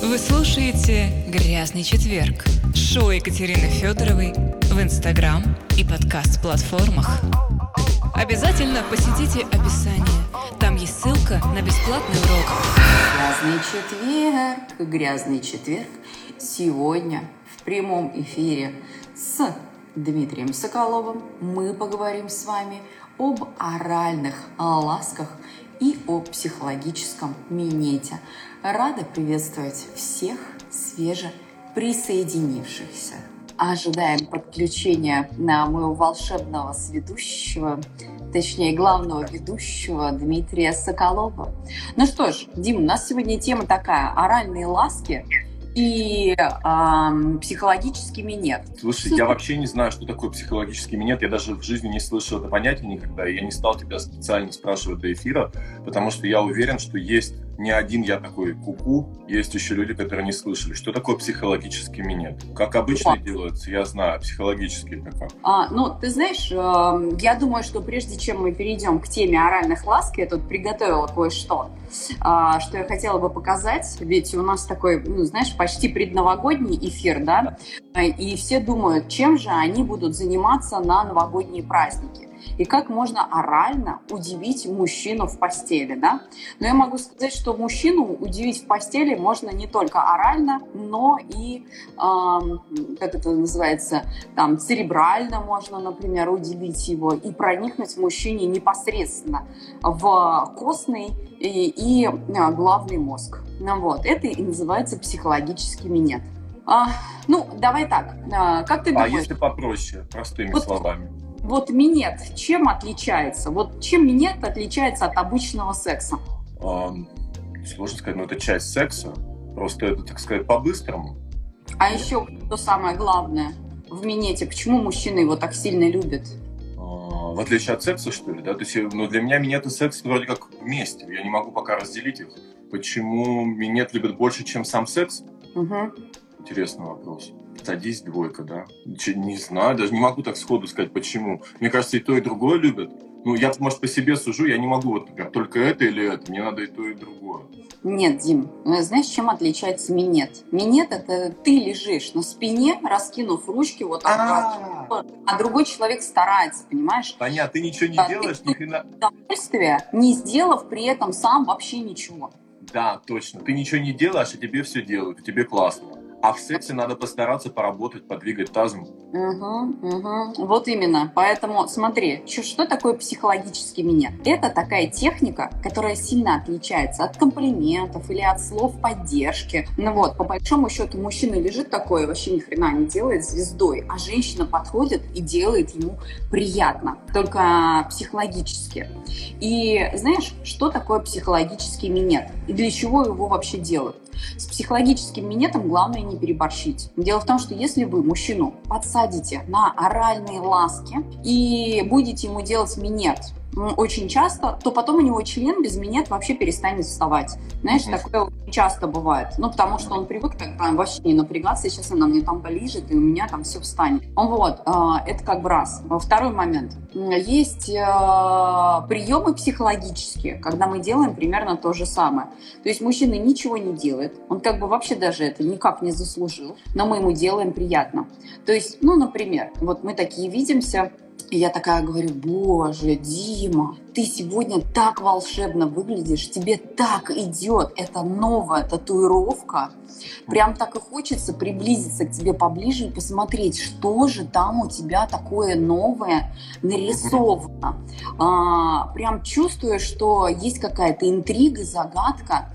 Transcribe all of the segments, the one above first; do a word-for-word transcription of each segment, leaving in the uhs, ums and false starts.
Вы слушаете «Грязный четверг» – шоу Екатерины Федоровой в Инстаграм и подкаст-платформах. Обязательно посетите описание, там есть ссылка на бесплатный урок. Грязный четверг, грязный четверг. Сегодня в прямом эфире с Дмитрием Соколовым мы поговорим с вами об оральных ласках и о психологическом минете. Рада приветствовать всех свежеприсоединившихся. Ожидаем подключения на моего волшебного сведущего, точнее главного ведущего Дмитрия Соколова. Ну что ж, Дим, у нас сегодня тема такая: оральные ласки и э, психологический минет. Слушай, я вообще не знаю, что такое психологический минет. Я даже в жизни не слышал это понятие никогда. И я не стал тебя специально спрашивать до эфира, потому что я уверен, что есть не один я такой куку, есть еще люди, которые не слышали. Что такое психологический минет? Как обычно делается, я знаю. Психологический это как? А, ну, ты знаешь, э, я думаю, что прежде чем мы перейдем к теме оральных ласк, я тут приготовила кое-что, э, что я хотела бы показать. Ведь у нас такой, ну, знаешь, почти предновогодний эфир, да? И все думают, чем же они будут заниматься на новогодние праздники. И как можно орально удивить мужчину в постели, да? Но я могу сказать, что мужчину удивить в постели можно не только орально, но и, э, как это называется, там, церебрально можно, например, удивить его и проникнуть мужчине непосредственно в костный и, и главный мозг. Ну, вот, это и называется психологический минет. А, ну, давай так, а, как ты думаешь? А если попроще, простыми вот, словами? Вот минет чем отличается? Вот чем минет отличается от обычного секса? Um, сложно сказать, но это часть секса. Просто это, так сказать, по-быстрому. А еще то самое главное в минете. Почему мужчины его так сильно любят? Uh, в отличие от секса, что ли? Да? То есть, ну, для меня минет и секс вроде как вместе. Я не могу пока разделить их. Почему минет любят больше, чем сам секс? Угу. Интересный вопрос. Садись, двойка, да? Не знаю, даже не могу так сходу сказать, почему. Мне кажется, и то, и другое любят. Ну, я, может, по себе сужу, я не могу, вот, например, только это или это. Мне надо и то, и другое. Нет, Дим, знаешь, чем отличается минет? Минет – это ты лежишь на спине, раскинув ручки вот так, а другой человек старается, понимаешь? Понятно, ты ничего не делаешь, ни хрена. Удовольствие, не сделав при этом сам вообще ничего. Да, точно. Ты ничего не делаешь, а тебе все делают, и тебе классно. А в сексе надо постараться поработать, подвигать тазом. Угу, угу. Вот именно. Поэтому смотри, что, что такое психологический минет? Это такая техника, которая сильно отличается от комплиментов или от слов поддержки. Ну вот, по большому счету, мужчина лежит такой, вообще ни хрена не делает звездой, а женщина подходит и делает ему приятно, только психологически. И знаешь, что такое психологический минет? И для чего его вообще делают? С психологическим минетом главное не переборщить. Дело в том, что если вы мужчину подсадите на оральные ласки и будете ему делать минет очень часто, то потом у него член без минет вообще перестанет вставать. Знаешь, mm-hmm. такое часто бывает. Ну, потому что он привык так прям вообще не напрягаться, сейчас она мне там полежит, и у меня там все встанет. Вот, это как бы раз. Второй момент. Есть приемы психологические, когда мы делаем примерно то же самое. То есть мужчина ничего не делает, он как бы вообще даже это никак не заслужил, но мы ему делаем приятно. То есть, ну, например, вот мы такие видимся, и я такая говорю: боже, Дима, ты сегодня так волшебно выглядишь, тебе так идет эта новая татуировка. Прям так и хочется приблизиться к тебе поближе и посмотреть, что же там у тебя такое новое нарисовано. А, прям чувствую, что есть какая-то интрига, загадка,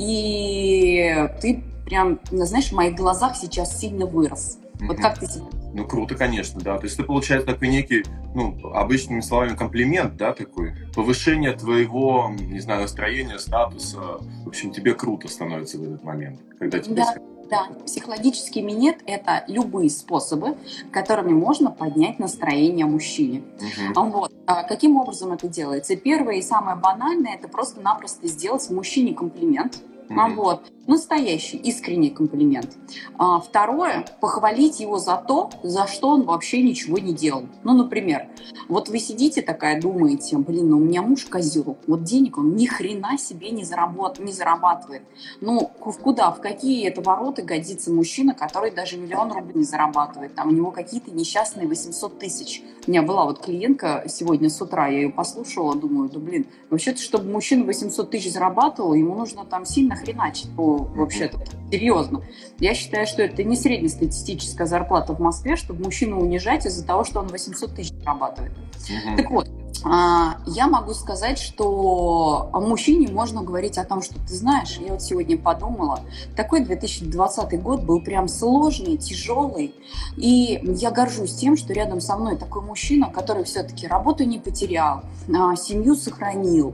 и ты прям, знаешь, в моих глазах сейчас сильно вырос. Вот как ты себя? Ну, круто, конечно, да. То есть это получается такой некий, ну, обычными словами, комплимент, да, такой. Повышение твоего, не знаю, настроения, статуса. В общем, тебе круто становится в этот момент, когда тебе... Да, да. Психологический минет – это любые способы, которыми можно поднять настроение мужчине. Угу. Вот. А каким образом это делается? Первое и самое банальное – это просто-напросто сделать мужчине комплимент. Mm-hmm. Вот. Настоящий, искренний комплимент. А, второе, похвалить его за то, за что он вообще ничего не делал. Ну, например, вот вы сидите такая, думаете, блин, ну у меня муж козел, вот денег он ни хрена себе не, заработ... не зарабатывает. Ну, в куда, в какие это ворота годится мужчина, который даже миллион рублей не зарабатывает, там у него какие-то несчастные восемьсот тысяч. У меня была вот клиентка сегодня с утра, я ее послушала, думаю, да блин, вообще-то, чтобы мужчина восемьсот тысяч зарабатывал, ему нужно там сильно хреначить по вообще-то, серьезно. Я считаю, что это не среднестатистическая зарплата в Москве, чтобы мужчину унижать из-за того, что он восемьсот тысяч зарабатывает. Mm-hmm. Так вот, я могу сказать, что о мужчине можно говорить о том, что ты знаешь, я вот сегодня подумала, такой две тысячи двадцатый год был прям сложный, тяжелый, и я горжусь тем, что рядом со мной такой мужчина, который все-таки работу не потерял, семью сохранил.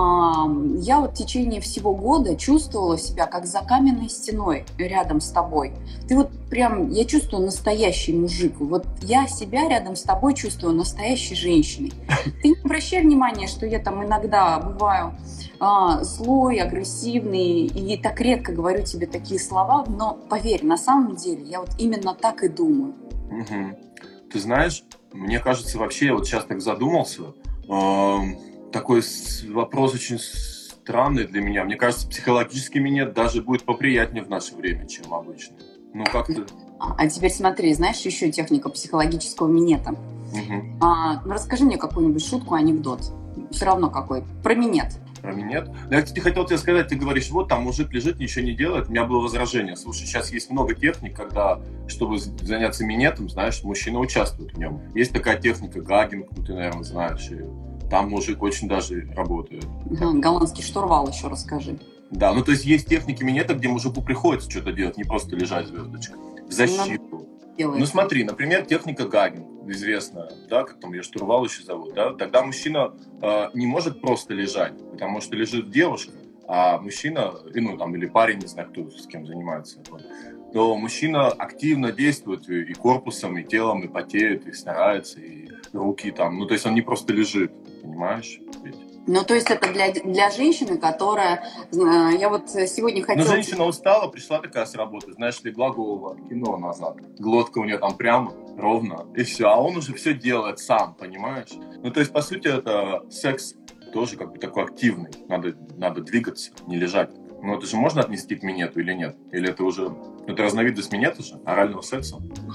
Я вот в течение всего года чувствовала себя как за каменной стеной рядом с тобой. Ты вот прям, я чувствую настоящий мужик. Вот я себя рядом с тобой чувствую настоящей женщиной. Ты не обращай внимания, что я там иногда бываю а, злой, агрессивный, и так редко говорю тебе такие слова, но поверь, на самом деле я вот именно так и думаю. Угу. Ты знаешь, мне кажется, вообще я вот сейчас так задумался, э, такой вопрос очень странный для меня. Мне кажется, психологический минет даже будет поприятнее в наше время, чем обычно. Ну как-то... А теперь смотри, знаешь, еще техника психологического минета. Угу. А, ну, расскажи мне какую-нибудь шутку, анекдот. Все равно какой. Про минет. Про минет? Я, кстати, хотел тебе сказать, ты говоришь, вот там мужик лежит, ничего не делает. У меня было возражение. Слушай, сейчас есть много техник, когда, чтобы заняться минетом, знаешь, мужчина участвует в нем. Есть такая техника гаггинг, ну, ты, наверное, знаешь. И там мужик очень даже работает. Угу, голландский штурвал еще расскажи. Да, ну то есть есть техники минета, где мужику приходится что-то делать, не просто лежать звездочкой. В защиту. Ну смотри, например, техника гаггинг, известная, да, как там ее штурвал еще зовут, да, тогда мужчина э, не может просто лежать, потому что лежит девушка, а мужчина, ну там, или парень, не знаю, кто с кем занимается, то мужчина активно действует и корпусом, и телом, и потеет, и старается, и руки там, ну то есть он не просто лежит, понимаешь? Ведь? Ну, то есть это для, для женщины, которая... Я вот сегодня хотела... Ну, женщина устала, пришла такая с работы, знаешь, легла голову от кино назад. Глотка у нее там прямо, ровно, и все. А он уже все делает сам, понимаешь? Ну, то есть, по сути, это секс тоже как бы такой активный. Надо, надо двигаться, не лежать. Ну, это же можно отнести к минету или нет? Или это уже... Это разновидность минета же, орального секса?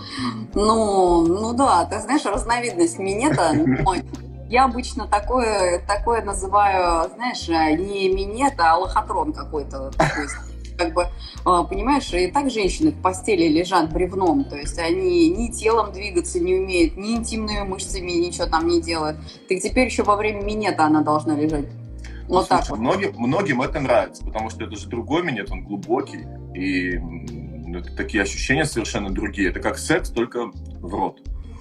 Ну, ну да, ты знаешь, разновидность минета... Я обычно такое, такое называю, знаешь, не минет, а лохотрон какой-то. Такой, как бы, понимаешь, и так женщины в постели лежат бревном. То есть они ни телом двигаться не умеют, ни интимными мышцами ничего там не делают. Так теперь еще во время минета она должна лежать. Вот Слушай, так вот. Многим, многим это нравится, потому что это же другой минет, он глубокий. И это такие ощущения совершенно другие. Это как секс, только в рот.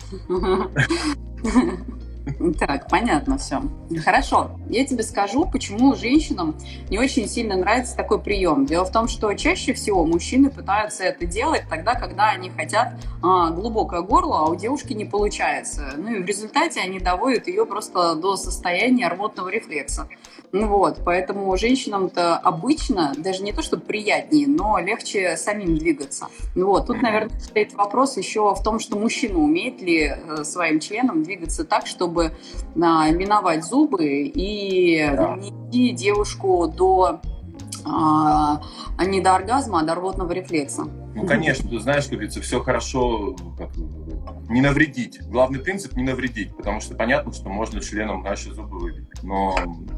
Так, понятно все. Хорошо. Я тебе скажу, почему женщинам не очень сильно нравится такой прием. Дело в том, что чаще всего мужчины пытаются это делать тогда, когда они хотят а, глубокое горло, а у девушки не получается. Ну и в результате они доводят ее просто до состояния рвотного рефлекса. Ну вот, поэтому женщинам-то обычно, даже не то, чтобы приятнее, но легче самим двигаться. Ну вот, тут, наверное, стоит вопрос еще в том, что мужчина умеет ли своим членом двигаться так, чтобы а, миновать зубы и да. нести девушку до, а, не до оргазма, а до рвотного рефлекса. Ну, конечно, ты знаешь, как говорится, все хорошо, как, не навредить. Главный принцип – не навредить, потому что понятно, что можно членом наши зубы выбить, но...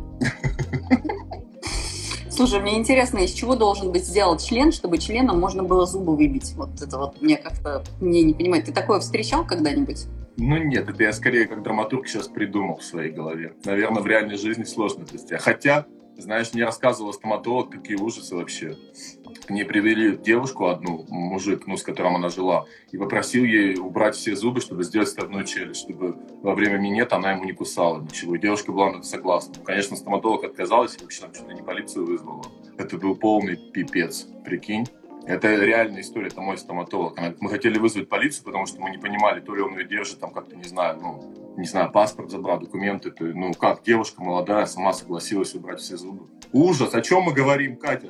Слушай, мне интересно, из чего должен быть сделан член, чтобы членом можно было зубы выбить? Вот это вот мне как-то, мне не понимаю. Ты такое встречал когда-нибудь? Ну нет, это я скорее как драматург сейчас придумал в своей голове. Наверное, в реальной жизни сложно это сделать. Хотя, знаешь, мне рассказывала стоматолог, какие ужасы вообще. К ней привели девушку одну, мужик, ну, с которым она жила, и попросил ей убрать все зубы, чтобы сделать вставную челюсть, чтобы во время минета она ему не кусала ничего. И девушка была на это согласна. Конечно, стоматолог отказалась, и вообще там чуть ли не полицию вызвала. Это был полный пипец, прикинь. Это реальная история, это мой стоматолог. Мы хотели вызвать полицию, потому что мы не понимали, то ли он ее держит, там как-то, не знаю, ну, не знаю, паспорт забрал, документы. То, ну, как девушка молодая сама согласилась убрать все зубы. Ужас! О чем мы говорим, Катя?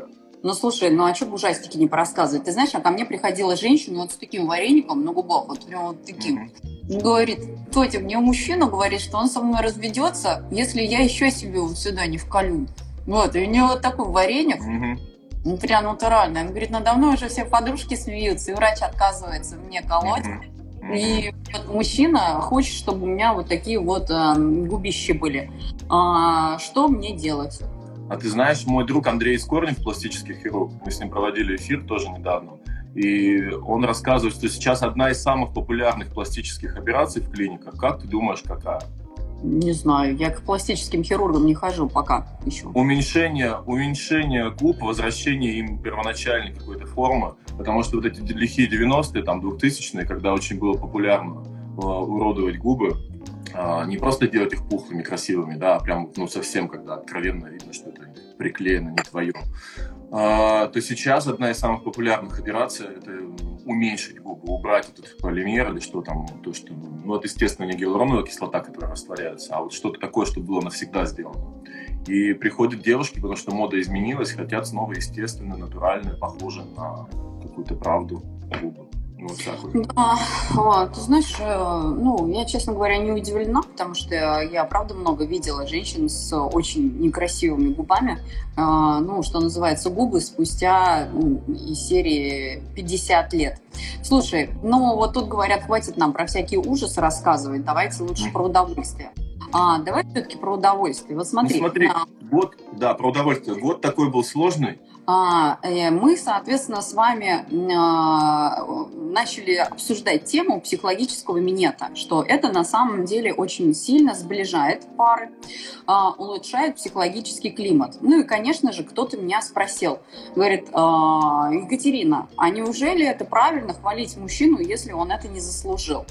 Ну, слушай, ну а что бы ужастики не порассказывать? Ты знаешь, а ко мне приходила женщина вот с таким вареником на губах, вот прям вот таким. Mm-hmm. Говорит, Тотя, мне мужчина говорит, что он со мной разведется, если я еще себе вот сюда не вколю. Вот, и у него вот такой вареник, mm-hmm. ну, прям натурально. Он говорит, надо мной уже все подружки смеются, и врач отказывается мне колоть. Mm-hmm. И вот мужчина хочет, чтобы у меня вот такие вот а, губищи были. А, что мне делать? А ты знаешь, мой друг Андрей Скорнев, пластический хирург, мы с ним проводили эфир тоже недавно, и он рассказывает, что сейчас одна из самых популярных пластических операций в клиниках. Как ты думаешь, какая? Не знаю, я к пластическим хирургам не хожу пока еще. Уменьшение, уменьшение губ, возвращение им первоначальной какой-то формы, потому что вот эти лихие девяностые, там, двухтысячные, когда очень было популярно э, уродовать губы, не просто делать их пухлыми, красивыми, да, а прям, ну, совсем, когда откровенно видно, что это приклеено не твое, а, то сейчас одна из самых популярных операций – это уменьшить губы, убрать этот полимер или что там, то, что, ну, это, естественно, не гиалуроновая кислота, которая растворяется, а вот что-то такое, что было навсегда сделано. И приходят девушки, потому что мода изменилась, хотят снова естественное, натуральное, похожее на какую-то правду губы. Вот так вот. Да, вот, ты знаешь, ну, я, честно говоря, не удивлена, потому что я, правда, много видела женщин с очень некрасивыми губами, ну, что называется, губы спустя ну, из серии пятьдесят лет. Слушай, ну, вот тут говорят, хватит нам про всякие ужасы рассказывать, давайте лучше про удовольствие. А, давай все-таки про удовольствие. Вот смотри. Ну, смотри, на... год, да, про удовольствие. Год такой был сложный. А, э, мы, соответственно, с вами э, начали обсуждать тему психологического минета, что это на самом деле очень сильно сближает пары, э, улучшает психологический климат. Ну и, конечно же, кто-то меня спросил, говорит, э, Екатерина, а неужели это правильно хвалить мужчину, если он это не заслужил?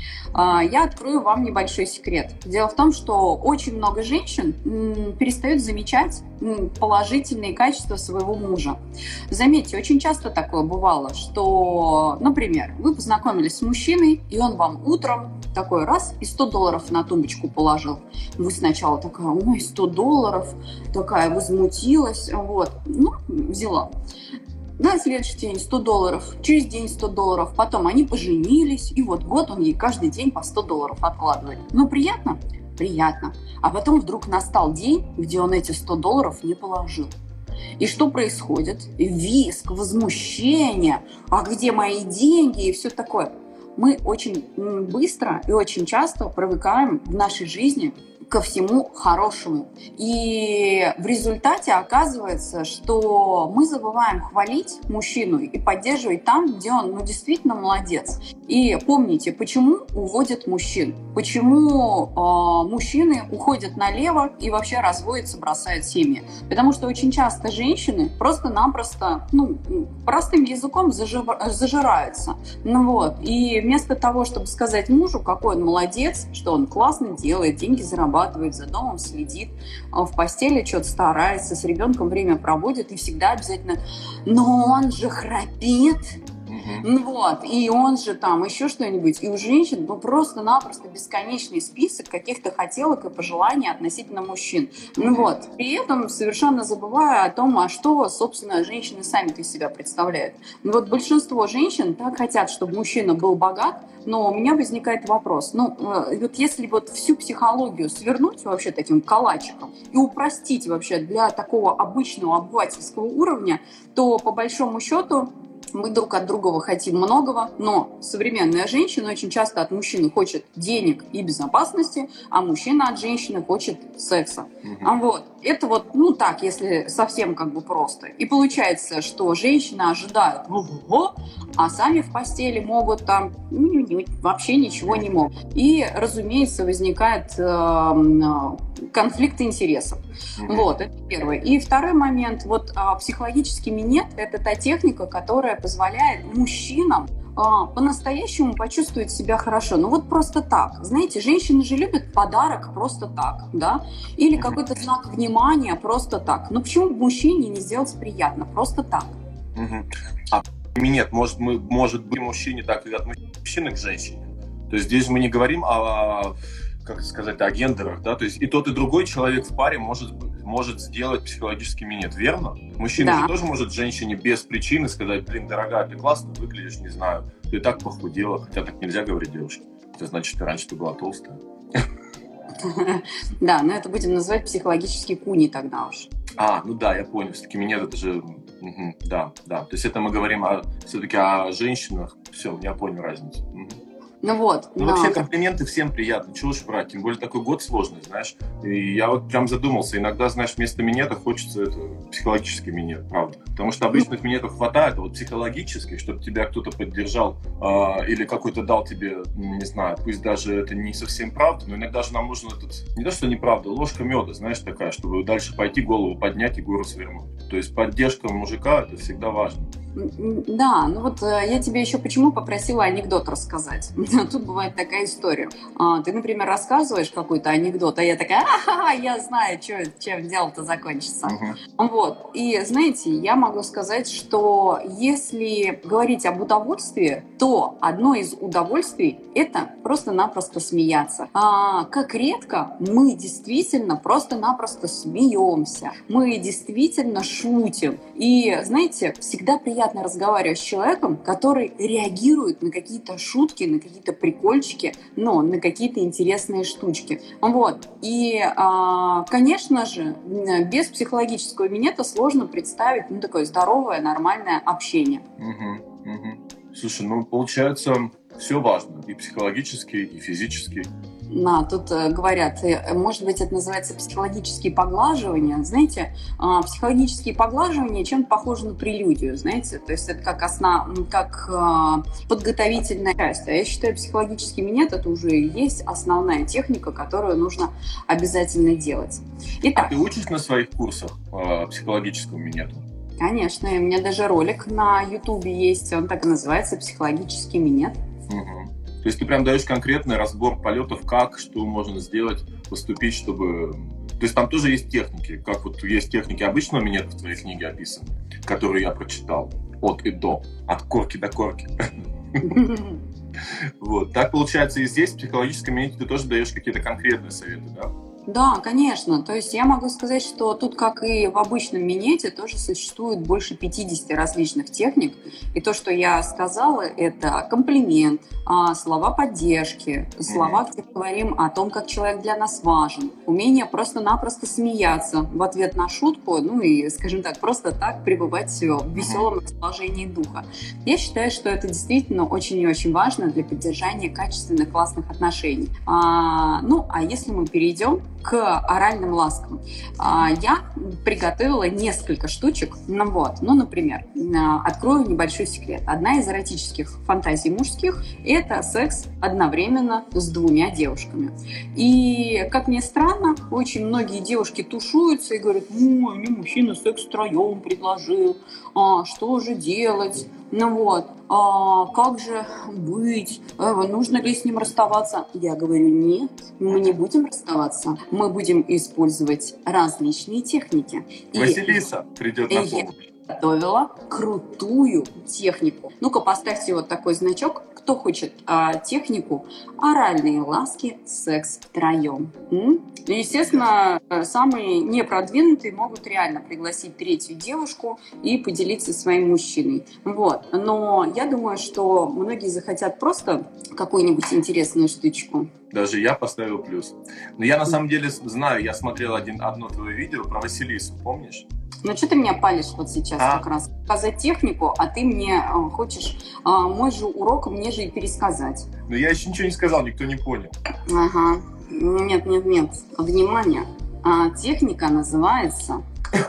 Я открою вам небольшой секрет. Дело в том, что очень много женщин перестают замечать положительные качества своего мужа. Заметьте, очень часто такое бывало, что, например, вы познакомились с мужчиной, и он вам утром такой раз и сто долларов на тумбочку положил. Вы сначала такая, ой, сто долларов, такая возмутилась, вот, ну, взяла. На следующий день сто долларов, через день сто долларов, потом они поженились, и вот год он ей каждый день по сто долларов откладывает. Ну, приятно? Приятно. А потом вдруг настал день, где он эти сто долларов не положил. И что происходит? Визг, возмущение, а где мои деньги и все такое. Мы очень быстро и очень часто привыкаем в нашей жизни ко всему хорошему. И в результате оказывается, что мы забываем хвалить мужчину и поддерживать там, где он ну, действительно молодец. И помните, почему уводят мужчин? Почему э, мужчины уходят налево и вообще разводятся, бросают семьи? Потому что очень часто женщины просто-напросто, ну, простым языком зажив... зажираются. Ну, вот. И вместо того, чтобы сказать мужу, какой он молодец, что он классно делает, деньги зарабатывает, за домом следит, в постели что-то старается, с ребенком время проводит и всегда обязательно, но он же храпит, ну вот, и он же там еще что-нибудь. И у женщин ну, просто-напросто бесконечный список каких-то хотелок и пожеланий относительно мужчин. Ну вот, при этом совершенно забывая о том, а что, собственно, женщины сами-то из себя представляют. Ну вот большинство женщин так хотят, чтобы мужчина был богат, но у меня возникает вопрос. Ну, вот если вот всю психологию свернуть вообще таким калачиком и упростить вообще для такого обычного обывательского уровня, то по большому счету мы друг от друга хотим многого, но современная женщина очень часто от мужчины хочет денег и безопасности, а мужчина от женщины хочет секса. Mm-hmm. А вот, это вот, ну так, если совсем как бы просто. И получается, что женщины ожидают ого-го, а сами в постели могут там ну, вообще ничего не могут. И, разумеется, возникает э, конфликт интересов. Mm-hmm. Вот, это первое. И второй момент, вот психологический минет – это та техника, которая позволяет мужчинам а, по-настоящему почувствовать себя хорошо. Ну вот просто так. Знаете, женщины же любят подарок просто так, да? Или какой-то знак внимания просто так. Ну почему мужчине не сделать приятно? Просто так. Угу. А нет, может, мы, может быть, мужчине так и от мужчины к женщине. То есть здесь мы не говорим о как сказать, о гендерах, да, то есть и тот, и другой человек в паре может, может сделать психологический минет, верно? Мужчина Да. же тоже может женщине без причины сказать: блин, дорогая, ты классно выглядишь, не знаю, ты и так похудела, хотя так нельзя говорить девушке. Это значит, раньше ты была толстая. Да, но это будем называть психологический куни тогда уж. А, ну да, я понял, все-таки минет это же, угу, да, да, то есть это мы говорим о, все-таки о женщинах, все, я понял разницу. Угу. Ну вот. Ну, но... вообще комплименты всем приятны, чего уж брать, тем более такой год сложный, знаешь. И я вот прям задумался, иногда, знаешь, вместо минета хочется это психологический минет, правда. Потому что обычных минетов хватает, а вот психологических, чтобы тебя кто-то поддержал э, или какой-то дал тебе, не знаю, пусть даже это не совсем правда, но иногда же нам нужен этот, не то что неправда, ложка меда, знаешь, такая, чтобы дальше пойти, голову поднять и гору свернуть. То есть поддержка мужика, это всегда важно. Да, ну вот я тебе еще почему попросила анекдот рассказать. Тут бывает такая история. Ты, например, рассказываешь какой-то анекдот, а я такая: ага, я знаю, что, чем дело-то закончится. Uh-huh. Вот. И, знаете, я могу сказать, что если говорить об удовольствии, то одно из удовольствий – это просто-напросто смеяться. А как редко мы действительно просто-напросто смеемся. Мы действительно шутим. И, знаете, всегда приятно разговаривать с человеком, который реагирует на какие-то шутки, на какие-то прикольчики, но на какие-то интересные штучки. Вот. И, конечно же, без психологического минета сложно представить, ну, такое здоровое, нормальное общение. Угу, угу. Слушай, ну, получается, все важно. И психологически, и физически. Да, тут э, говорят, э, может быть, это называется психологические поглаживания. Знаете, э, психологические поглаживания чем-то похожи на прелюдию, знаете, то есть это как, основ... как э, подготовительная часть. А я считаю, психологический минет – это уже и есть основная техника, которую нужно обязательно делать. Итак, а ты учишь на своих курсах э, психологическому минету? Конечно, у меня даже ролик на Ютубе есть, он так и называется «Психологический минет». Угу. То есть ты прям даешь конкретный разбор полетов, как, что можно сделать, поступить, чтобы... То есть там тоже есть техники, как вот есть техники обычного минета в твоей книге описаны, которые я прочитал от и до, от корки до корки. Вот. Так получается и здесь в психологическом минете ты тоже даешь какие-то конкретные советы, да? Да, конечно. То есть я могу сказать, что тут, как и в обычном минете, тоже существует больше пятьдесят различных техник. И то, что я сказала, это комплимент, слова поддержки, слова, где мы говорим о том, как человек для нас важен, умение просто-напросто смеяться в ответ на шутку, ну и, скажем так, просто так пребывать в веселом расположении духа. Я считаю, что это действительно очень и очень важно для поддержания качественных, классных отношений. А, ну, а если мы перейдем к оральным ласкам. Я приготовила несколько штучек. Ну, вот. ну, например, открою небольшой секрет. Одна из эротических фантазий мужских – это секс одновременно с двумя девушками. И, как ни странно, очень многие девушки тушуются и говорят: ой, мне мужчина секс втроем предложил, а, что же делать? Ну вот, а как же быть? Нужно ли с ним расставаться? Я говорю: нет, мы не будем расставаться. Мы будем использовать различные техники. Василиса и придет на помощь. Я готовила крутую технику. Ну-ка, поставьте вот такой значок. Кто хочет а, технику оральные ласки, секс втроем. М? Естественно, самые непродвинутые могут реально пригласить третью девушку и поделиться своим мужчиной. Вот. Но я думаю, что многие захотят просто какую-нибудь интересную штучку. Даже я поставил плюс. Но я на самом деле знаю, я смотрел один, одно твое видео про Василису, помнишь? Ну, что ты меня палишь вот сейчас а? как раз? Показать технику, а ты мне э, хочешь э, мой же урок мне же и пересказать. Но я еще ничего не сказал, никто не понял. Ага. Нет, нет, нет. Внимание. А, техника называется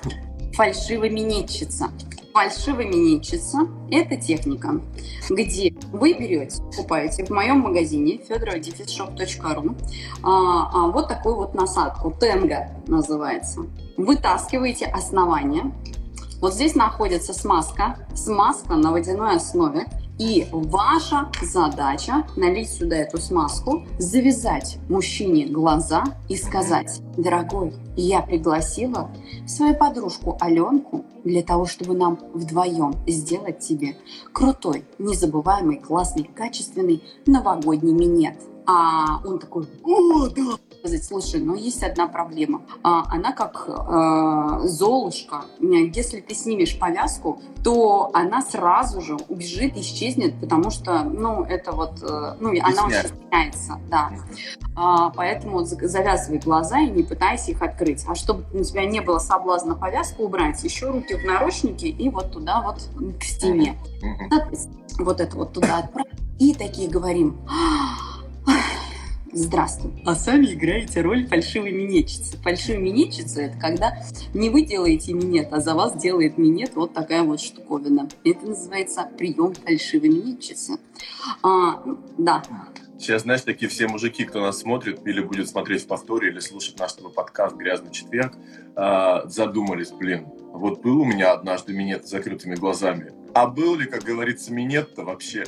фальшивоминетчица. Фальшивоминетчица – это техника, где вы берете, покупаете в моем магазине федорова дефис шоп точка ру а, а, вот такую вот насадку, тенга называется. Вытаскиваете основание. Вот здесь находится смазка, смазка на водяной основе. И ваша задача налить сюда эту смазку, завязать мужчине глаза и сказать: дорогой, я пригласила свою подружку Аленку для того, чтобы нам вдвоем сделать тебе крутой, незабываемый, классный, качественный новогодний минет. А он такой: о, да. Сказать: слушай, ну есть одна проблема. А, она как э, Золушка. Если ты снимешь повязку, то она сразу же убежит, исчезнет, потому что, ну, это вот, э, ну, она очень стесняется, да. А, поэтому завязывай глаза и не пытайся их открыть. А чтобы у тебя не было соблазна повязку убрать, еще руки в наручники и вот туда вот к стене. Вот это вот туда отправь. И такие говорим: здравствуй. А сами играете роль фальшивой минетчицы. Фальшивая минетчица – это когда не вы делаете минет, а за вас делает минет вот такая вот штуковина. Это называется прием фальшивой минетчицы. А, да. Сейчас, знаешь, такие все мужики, кто нас смотрит или будет смотреть в повторе, или слушать наш подкаст «Грязный четверг», задумались: блин, вот был у меня однажды минет с закрытыми глазами. А был ли, как говорится, минет-то вообще?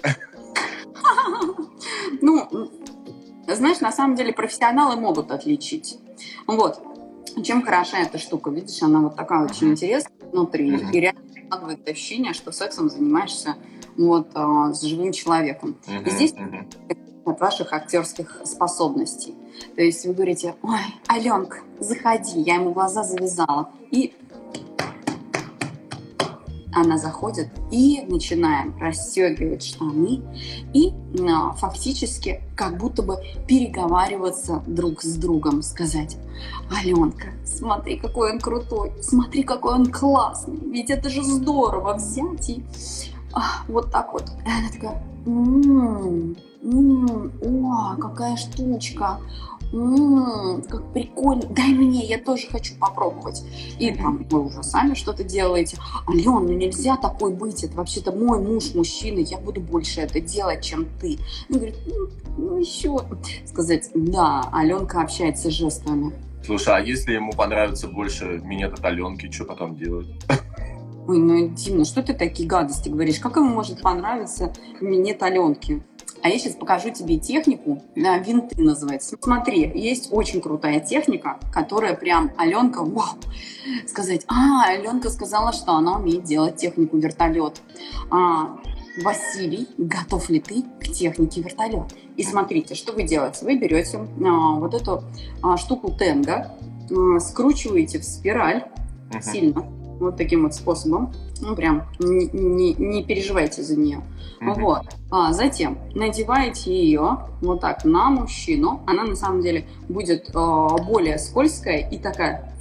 Ну, знаешь, на самом деле профессионалы могут отличить. Вот. Чем хороша эта штука? Видишь, она вот такая очень интересная внутри. Mm-hmm. И реально складывает ощущение, что сексом занимаешься вот, а, с живым человеком. Mm-hmm. И здесь mm-hmm. от ваших актерских способностей. То есть вы говорите: ой, Аленка, заходи. Я ему глаза завязала. И она заходит, и начинаем расстегивать штаны и а, фактически как будто бы переговариваться друг с другом, сказать: Аленка, смотри, какой он крутой, смотри, какой он классный, ведь это же здорово взять и а, вот так вот. И она такая: м-м, м-м, о, какая штучка. М-м, как прикольно, дай мне, я тоже хочу попробовать. И там вы уже сами что-то делаете. Ален, ну нельзя такой быть, это вообще-то мой муж мужчина, я буду больше это делать, чем ты. Он говорит: ну, ну еще сказать: да, Аленка общается жестами. Слушай, а если ему понравится больше минет от Аленки, что потом делать? Ой, ну Дим, ну что ты такие гадости говоришь? Как ему может понравиться минет Аленки? А я сейчас покажу тебе технику, да, винты называется. Смотри, есть очень крутая техника, которая прям Аленка, вау, сказать: а, Аленка сказала, что она умеет делать технику вертолет. А, Василий, готов ли ты к технике вертолет? И смотрите, что вы делаете. Вы берете а, вот эту а, штуку тенга, а, скручиваете в спираль uh-huh. сильно, вот таким вот способом. Ну, прям не, не, не переживайте за нее. Mm-hmm. Вот. А затем надеваете ее вот так на мужчину. Она на самом деле будет э, более скользкая и такая.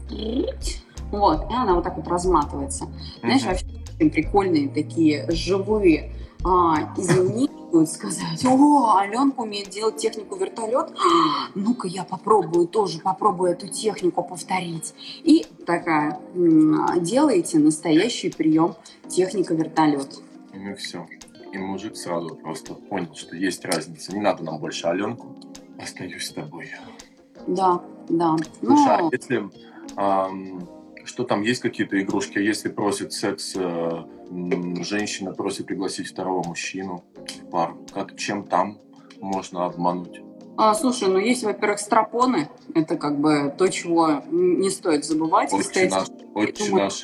Вот. И она вот так вот разматывается. Mm-hmm. Знаешь, вообще очень прикольные такие живые а, изменения. Будут сказать: о, Аленка умеет делать технику вертолет. Ну-ка, я попробую тоже, попробую эту технику повторить. И такая, делаете настоящий прием техника вертолет. Ну все. И мужик сразу просто понял, что есть разница. Не надо нам больше Аленку. Остаюсь с тобой. Да, да. Слушай, Но... а если... Эм... Что там, есть какие-то игрушки? Если просит секс, э, женщина просит пригласить второго мужчину в пару, как, чем там можно обмануть? А, слушай, ну есть, во-первых, стропоны. Это как бы то, чего не стоит забывать. Отче наш, отче наш.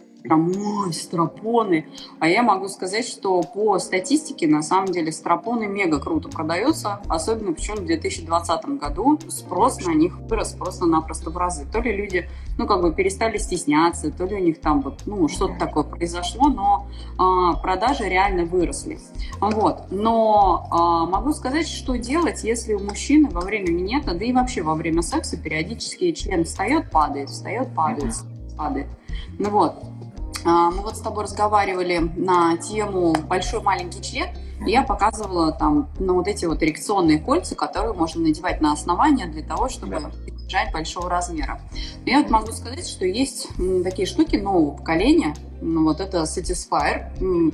Ой, стропоны. А я могу сказать, что по статистике, на самом деле, стропоны мега круто продаются. Особенно, причем в две тысячи двадцатом году спрос на них вырос просто-напросто в разы. То ли люди, ну, как бы перестали стесняться, то ли у них там вот, ну, что-то такое произошло, но а, продажи реально выросли. Вот. Но а, могу сказать, что делать, если у мужчины во время минета, да и вообще во время секса периодически член встает, падает, встает, падает, падает. Ну вот. Мы вот с тобой разговаривали на тему «большой маленький член», и я показывала там ну, вот эти вот эрекционные кольца, которые можно надевать на основание для того, чтобы избежать большого размера. Но я вот могу сказать, что есть такие штуки нового поколения, ну, вот это Satisfyer,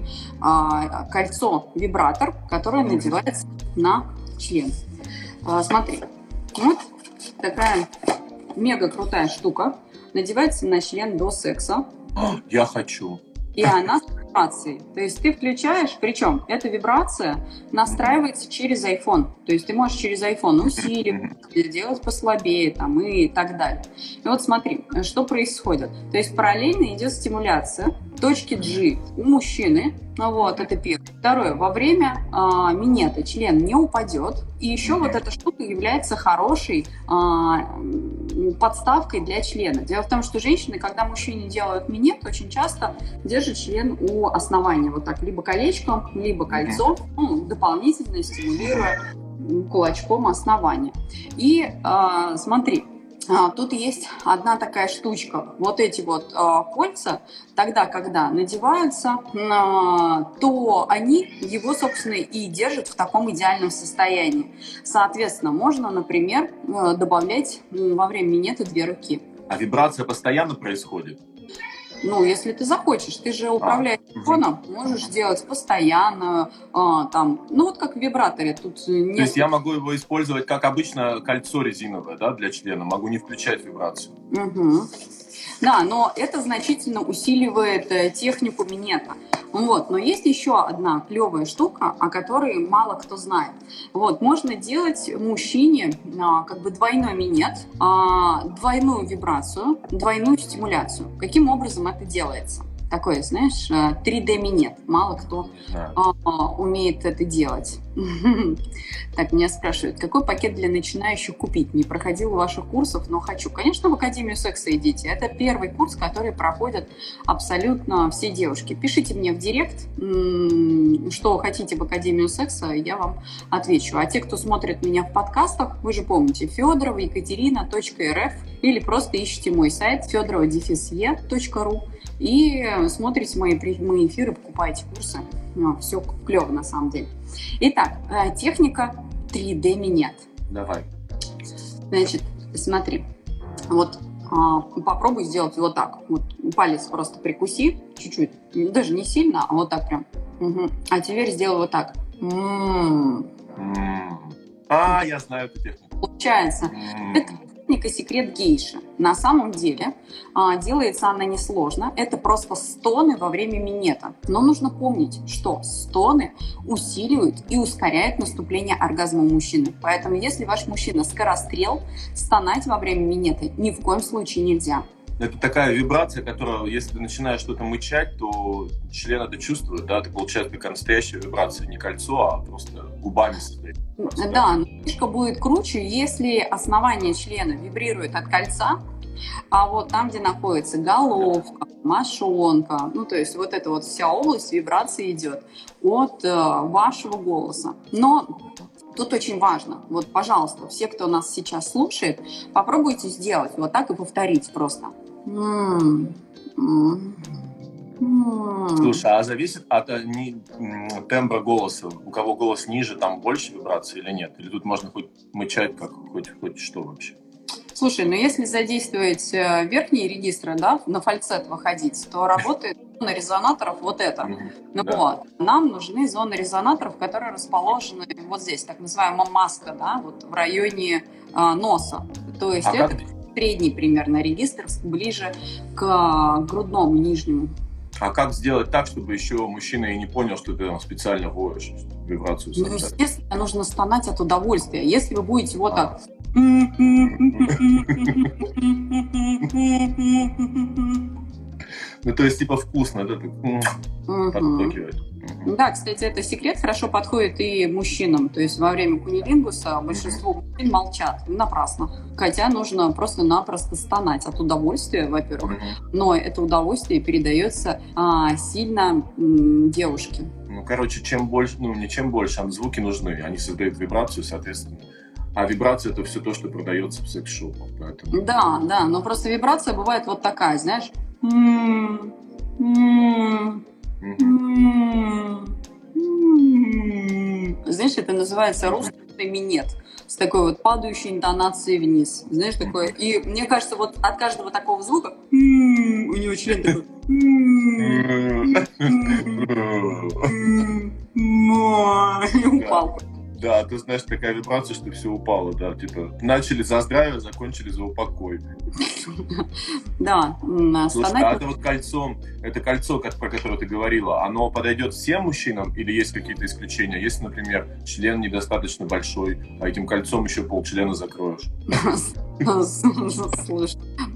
кольцо-вибратор, которое надевается на член. Смотри, вот такая мега крутая штука, надевается на член до секса. Я хочу. И она вибрацией. То есть ты включаешь, причем эта вибрация настраивается через iPhone. То есть ты можешь через iPhone усиливать, делать послабее там, и так далее. И вот смотри, что происходит. То есть параллельно идет стимуляция точки G у мужчины. Вот, это первое. Второе. Во время а, минета член не упадет. И еще вот эта штука является хорошей а, подставкой для члена. Дело в том, что женщины, когда мужчине делают минет, очень часто держат член у основания. Вот так, либо колечком, либо кольцом, ну, дополнительно стимулируя кулачком основание. И а, смотри, а, тут есть одна такая штучка. Вот эти вот а, кольца, тогда, когда надеваются, а, то они его, собственно, и держат в таком идеальном состоянии. Соответственно, можно, например, добавлять во время минета две руки. А вибрация постоянно происходит? Ну, если ты захочешь, ты же управляешь телефоном, а, можешь делать постоянно, а, там, ну вот как в вибраторе. Тут нет... То есть я могу его использовать как обычно кольцо резиновое, да, для члена, могу не включать вибрацию. Угу. Да, но это значительно усиливает э, технику минета. Вот. Но есть еще одна клевая штука, о которой мало кто знает. Вот. Можно делать мужчине а, как бы двойной минет, а, двойную вибрацию, двойную стимуляцию. Каким образом это делается? Такой, знаешь, три дэ минет. Мало кто Да. а, умеет это делать. Так, меня спрашивают, какой пакет для начинающих купить? Не проходил ваших курсов, но хочу. Конечно, в Академию секса идите. Это первый курс, который проходят абсолютно все девушки. Пишите мне в директ, что хотите в Академию секса, я вам отвечу. А те, кто смотрит меня в подкастах, вы же помните, федорова екатерина точка эр эф или просто ищите мой сайт федорова дефис е точка ру и смотрите мои прямые эфиры, покупайте курсы. Ну, все клево на самом деле. Итак, техника три дэ минет. Давай. Значит, смотри, вот а, попробуй сделать вот так. Вот палец просто прикуси чуть-чуть, даже не сильно, а вот так прям. Угу. А теперь сделай вот так. М-м-м. А, я знаю эту технику. Получается, М-м. это техника секрет гейши. На самом деле а, делается она несложно. Это просто стоны во время минета. Но нужно помнить, что стоны усиливают и ускоряют наступление оргазма у мужчины. Поэтому, если ваш мужчина скорострел, стонать во время минета ни в коем случае нельзя. Это такая вибрация, которая, если ты начинаешь что-то мычать, то член это чувствует, да, это получается такая настоящая вибрация, не кольцо, а просто губами стоит. Да, но фишка будет круче, если основание члена вибрирует от кольца, а вот там, где находится головка, мошонка, ну то есть вот эта вот вся область вибрации идет от э, вашего голоса. Но тут очень важно, вот, пожалуйста, все, кто нас сейчас слушает, попробуйте сделать вот так и повторить просто. Слушай, а зависит от а, не, тембра голоса? У кого голос ниже, там больше вибрации или нет? Или тут можно хоть мычать, как хоть, хоть что вообще? Слушай, ну если задействовать верхние регистры, да, на фальцет выходить, то работает зона резонаторов вот это. Mm-hmm. Ну да. Вот. Нам нужны зоны резонаторов, которые расположены вот здесь, так называемая маска, да, вот в районе а, носа. То есть а это как... средний примерно регистр, ближе к грудному нижнему. А как сделать так, чтобы еще мужчина и не понял, что ты там специально воешь вибрацию? Ну, естественно, нужно стонать от удовольствия. Если вы будете вот а. так... Ну, то есть, типа, вкусно, да, так подтокивает. Да, кстати, это секрет, хорошо подходит и мужчинам. То есть во время кунилингуса большинство мужчин молчат напрасно. Хотя нужно просто-напросто стонать от удовольствия, во-первых. Но это удовольствие передается а, сильно м, девушке. Ну, короче, чем больше, ну, не чем больше, а звуки нужны. Они создают вибрацию, соответственно. А вибрация – это все то, что продается в секс-шопах. Поэтому... Да, да, но просто вибрация бывает вот такая, знаешь. Знаешь, это называется русский минет с такой вот падающей интонацией вниз. Знаешь, такое. И мне кажется, вот от каждого такого звука у него член такой. И упал. Да, ты знаешь, такая вибрация, что все упало, да, типа, начали за здравие, закончили за упокой. Да, Слушай, а это вот кольцо, это кольцо, про которое ты говорила, оно подойдет всем мужчинам или есть какие-то исключения? Если, например, член недостаточно большой, а этим кольцом еще полчлена закроешь? Слушай,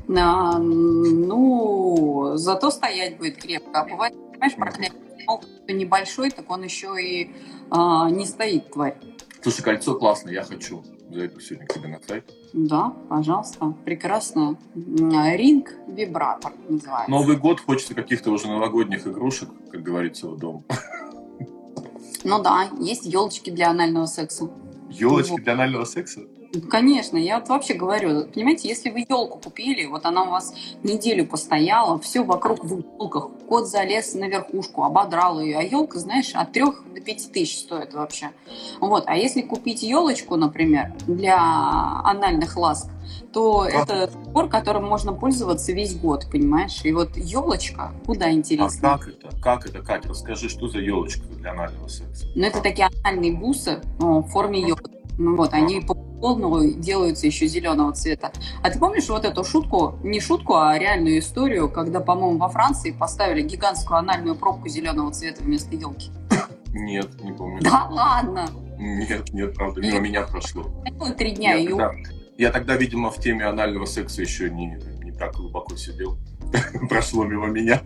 ну, зато стоять будет крепко. А бывает, понимаешь, проклятие, кто небольшой, так он еще и не стоит, тварь. Слушай, кольцо классное, я хочу. Зайду сегодня к тебе на сайт. Да, пожалуйста. Прекрасно. Ринг-вибратор называется. Новый год, хочется каких-то уже новогодних игрушек, как говорится, в дом. Ну да, есть елочки для анального секса. Елочки вот. Для анального секса? Конечно, я вот вообще говорю, понимаете, если вы елку купили, вот она у вас неделю постояла, все вокруг в елках, кот залез на верхушку, ободрал ее, а елка, знаешь, от трех до пяти тысяч стоит вообще. Вот, а если купить елочку, например, для анальных ласк, то а? это набор, которым можно пользоваться весь год, понимаешь? И вот елочка куда интереснее. А как это? Как это, Катя? Расскажи, что за елочка для анального секса? Ну, это такие анальные бусы в форме елки. Ну вот, они по полному делаются еще зеленого цвета. А ты помнишь вот эту шутку, не шутку, а реальную историю, когда, по-моему, во Франции поставили гигантскую анальную пробку зеленого цвета вместо елки? Нет, не помню. Да ладно? Нет, нет, правда, мимо меня прошло. Три дня я, ее... тогда, я тогда, видимо, в теме анального секса еще не, не так глубоко сидел. Прошло мимо меня.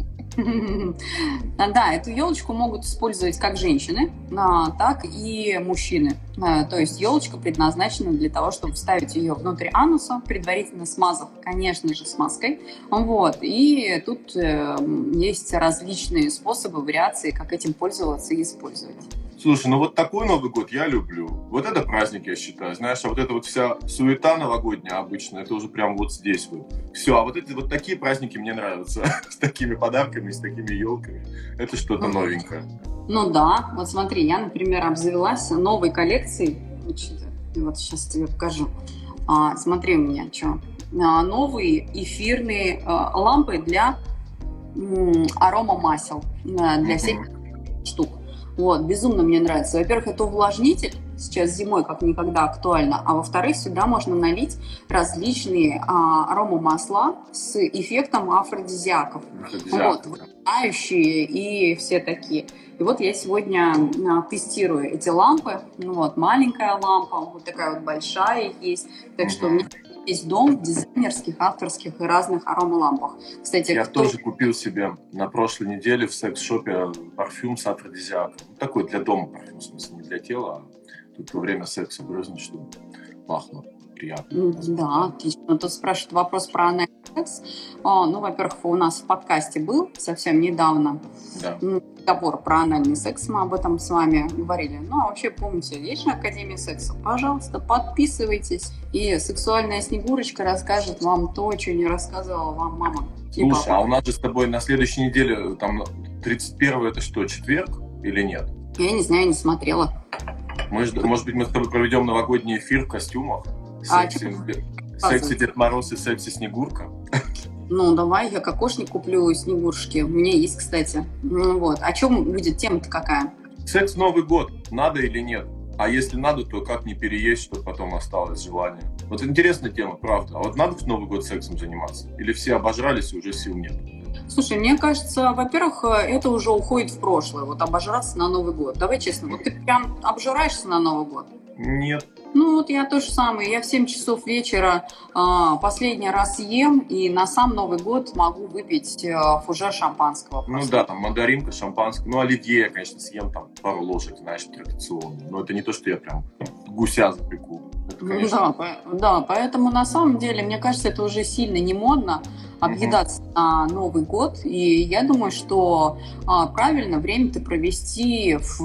Да, эту елочку могут использовать как женщины, так и мужчины. То есть елочка предназначена для того, чтобы вставить ее внутрь ануса, предварительно смазав, конечно же, смазкой. Вот. И тут есть различные способы, вариации, как этим пользоваться и использовать. Слушай, ну вот такой Новый год я люблю. Вот это праздник, я считаю. Знаешь, а вот эта вот вся суета новогодняя обычно, это уже прям вот здесь вот. Все, а вот эти вот такие праздники мне нравятся. С такими подарками, с такими елками. Это что-то новенькое. Ну да, вот смотри, я, например, обзавелась новой коллекцией. Вот сейчас тебе покажу. А, смотри у меня, что. А, новые эфирные а, лампы для м, аромамасел. А, для всех mm-hmm. штук. Вот, безумно мне нравится. Во-первых, это увлажнитель, сейчас зимой как никогда актуально, а во-вторых, сюда можно налить различные а, аромамасла с эффектом афродизиаков. Вот, увлажняющие и все такие. И вот я сегодня а, тестирую эти лампы. Ну вот, маленькая лампа, вот такая вот большая есть. Так что у меня есть дом дизайнерских, авторских и разных аромалампах. Кстати, я кто... тоже купил себе на прошлой неделе в секс-шопе парфюм с афродизиаком. Такой для дома парфюм, в смысле, не для тела, а тут во время секса брызнуть, чтобы пахло приятно. Да, отлично. Тут спрашивают вопрос про анальный секс. О, ну, во-первых, у нас в подкасте был совсем недавно да. разговор про анальный секс, мы об этом с вами говорили. Ну, а вообще, помните, есть же Академия секса? Пожалуйста, подписывайтесь. И сексуальная Снегурочка расскажет вам то, что не рассказывала вам мама. Слушай, а у нас же с тобой на следующей неделе, там, тридцать первое, это что, четверг или нет? Я не знаю, не смотрела. Мы, может быть, мы с тобой проведем новогодний эфир в костюмах? Секси, а секси Дед Мороз и секси Снегурка? Ну, давай, я кокошник куплю Снегурушки. У меня есть, кстати. Ну, вот. О чем будет тема-то какая? Секс в Новый год. Надо или нет? А если надо, то как не переесть, чтобы потом осталось желание? Вот интересная тема, правда. А вот надо в Новый год сексом заниматься? Или все обожрались и уже сил нет? Слушай, мне кажется, во-первых, это уже уходит в прошлое. Вот обожраться на Новый год. Давай честно, вот ты прям обжираешься на Новый год? Нет. Ну, вот я то же самое. Я в семь часов вечера а, последний раз ем, и на сам Новый год могу выпить а, фужер шампанского. Ну да, там мандаринка, шампанское. Ну, оливье я, конечно, съем там пару ложек, знаешь, традиционно. Но это не то, что я прям гуся запеку. Это, конечно... да, да, поэтому на самом деле, мне кажется, это уже сильно не модно объедаться угу. на Новый год. И я думаю, что а, правильно время-то провести в,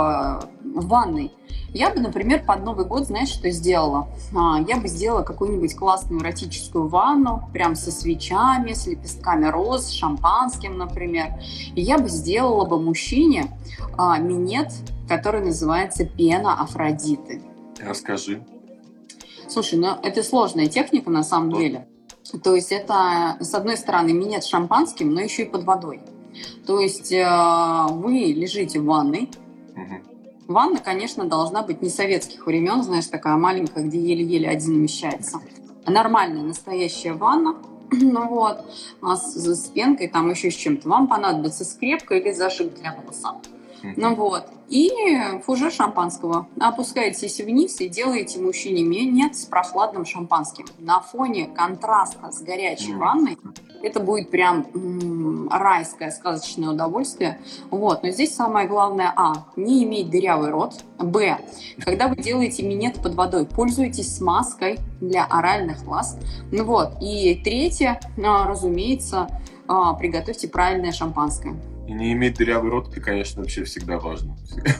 в ванной. Я бы, например, под Новый год, знаешь, что сделала? А, я бы сделала какую-нибудь классную эротическую ванну, прям со свечами, с лепестками роз, с шампанским, например. И я бы сделала бы мужчине а, минет, который называется пена Афродиты. Расскажи. Слушай, ну это сложная техника на самом деле. То есть это, с одной стороны, минет с шампанским, но еще и под водой. То есть э, вы лежите в ванной, угу. Ванна, конечно, должна быть не советских времен, знаешь, такая маленькая, где еле-еле один умещается. А нормальная, настоящая ванна, ну вот, а с, с пенкой, там еще с чем-то. Вам понадобится скрепка или зажим для носа. Ну вот. И фужер шампанского. Опускаетесь вниз и делаете мужчине минет с прохладным шампанским. На фоне контраста с горячей ванной это будет прям м- райское сказочное удовольствие. Вот. Но здесь самое главное: а, не иметь дырявый рот. Б, когда вы делаете минет под водой, пользуйтесь смазкой для оральных ласк. Ну вот. И третье, разумеется, приготовьте правильное шампанское. И не иметь дырявый рот, это, конечно, вообще всегда важно.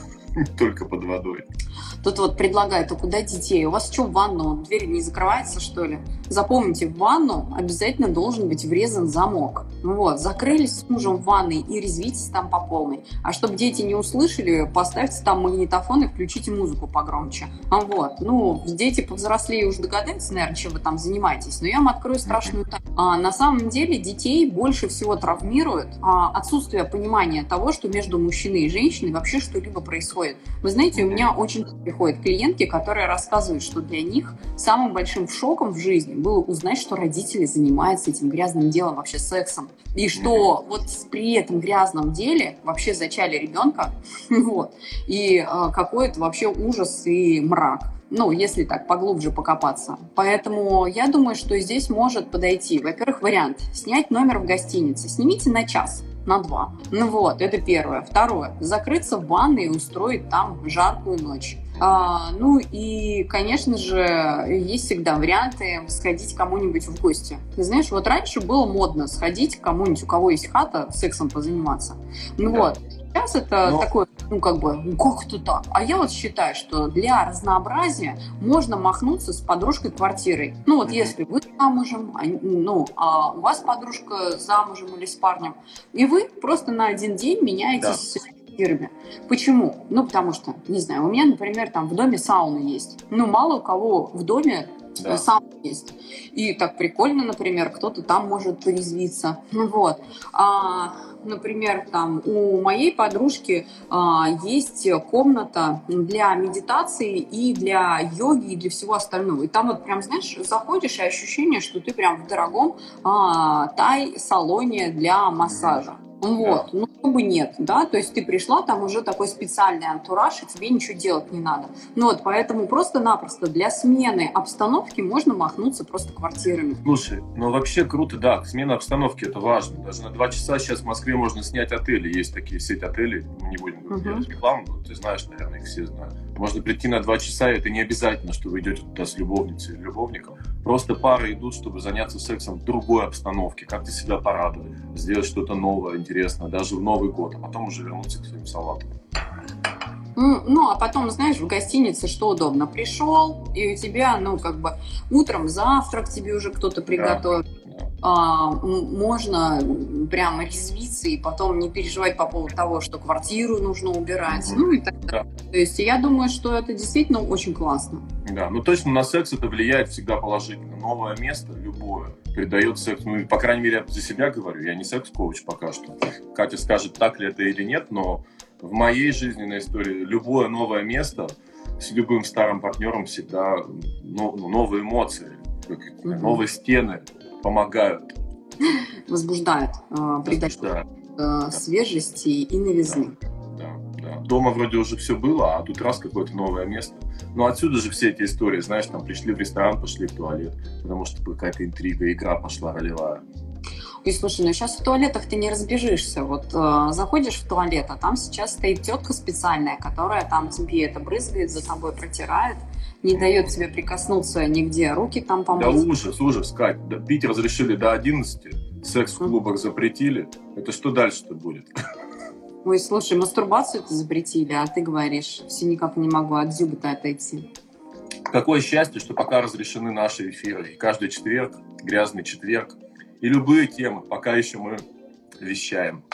Только под водой. Тут вот предлагают: а куда детей? У вас что, в ванну? Дверь не закрывается, что ли? Запомните, в ванну обязательно должен быть врезан замок. Вот, закрылись с мужем в ванной и резвитесь там по полной. А чтобы дети не услышали, поставьте там магнитофон и включите музыку погромче. А вот, ну, дети повзрослее уже догадаются, наверное, чем вы там занимаетесь. Но я вам открою страшную тайну. А, на самом деле детей больше всего травмирует а, отсутствие понимания того, что между мужчиной и женщиной вообще что-либо происходит. Вы знаете, у меня очень приходят клиентки, которые рассказывают, что для них самым большим шоком в жизни было узнать, что родители занимаются этим грязным делом, вообще сексом. И что вот при этом грязном деле вообще зачали ребенка. Вот. И э, какой это вообще ужас и мрак. Ну, если так поглубже покопаться. Поэтому я думаю, что здесь может подойти, во-первых, вариант снять номер в гостинице. Снимите на час, на два. Ну вот, это первое. Второе. Закрыться в ванной и устроить там жаркую ночь. А, ну и, конечно же, есть всегда варианты сходить к кому-нибудь в гости. Ты знаешь, вот раньше было модно сходить к кому-нибудь, у кого есть хата, сексом позаниматься. Ну да. Вот. Сейчас это Но... такое, ну как бы, ну как это так? А я вот считаю, что для разнообразия можно махнуться с подружкой квартирой. Ну вот mm-hmm. если вы замужем, а, ну, а у вас подружка замужем или с парнем, и вы просто на один день меняетесь... Да. Квартирами. Почему? Ну, потому что, не знаю, у меня, например, там в доме сауна есть. Ну, мало у кого в доме да. сауна есть. И так прикольно, например, кто-то там может порезвиться. Ну, вот. А, например, там у моей подружки а, есть комната для медитации и для йоги, и для всего остального. И там вот прям, знаешь, заходишь, и ощущение, что ты прям в дорогом а, тай-салоне для массажа. Вот, ну, как бы нет, да, то есть ты пришла, там уже такой специальный антураж, и тебе ничего делать не надо. Ну вот, поэтому просто-напросто для смены обстановки можно махнуться просто квартирами. Слушай, ну вообще круто, да, смена обстановки это важно. Даже на два часа сейчас в Москве можно снять отели, есть такие сеть отелей, мы не будем uh-huh. делать рекламу, ты знаешь, наверное, их все знают. Можно прийти на два часа, и это не обязательно, что вы идете туда с любовницей или любовником. Просто пары идут, чтобы заняться сексом в другой обстановке, как-то себя порадовать, сделать что-то новое, интересное, даже в Новый год, а потом уже вернуться к своим салатам. Ну, а потом, знаешь, в гостинице что удобно? Пришел, и у тебя, ну, как бы, утром завтрак тебе уже кто-то приготовил. Да. А, можно прямо резвиться и потом не переживать по поводу того, что квартиру нужно убирать. Mm-hmm. Ну и так далее. Да. То есть я думаю, что это действительно очень классно. Да, ну точно на секс это влияет всегда положительно. Новое место, любое, придает секс. Ну, по крайней мере, я за себя говорю, я не секс-коуч пока что. Катя скажет, так ли это или нет, но в моей жизненной истории любое новое место с любым старым партнером всегда ну, новые эмоции, mm-hmm. новые стены помогают. Возбуждают, э, придают э, да. свежести и новизны. Да, да. Дома вроде уже все было, а тут раз какое-то новое место. Ну отсюда же все эти истории, знаешь, там пришли в ресторан, пошли в туалет, потому что какая-то интрига, игра пошла ролевая. И слушай, ну сейчас в туалетах ты не разбежишься. Вот э, заходишь в туалет, а там сейчас стоит тетка специальная, которая там тебе это брызгает, за тобой протирает, не дает тебе прикоснуться нигде, руки там помыть. Да ужас, ужас, Кать. Пить разрешили до одиннадцати, секс в клубах запретили. Это что дальше-то будет? Ой, слушай, мастурбацию-то запретили, а ты говоришь, все никак не могу от дзюбы-то отойти. Какое счастье, что пока разрешены наши эфиры. И каждый четверг, грязный четверг. И любые темы, пока еще мы вещаем.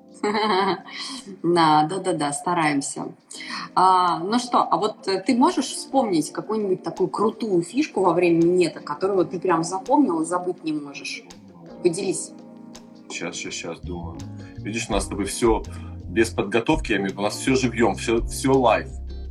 Да, да, да, да, стараемся. А, ну что, а вот ты можешь вспомнить какую-нибудь такую крутую фишку во время минета, которую ты прям запомнил и забыть не можешь? Поделись. Сейчас, сейчас, сейчас, думаю. Видишь, у нас с тобой все без подготовки, у нас все живьем, все, все лайв.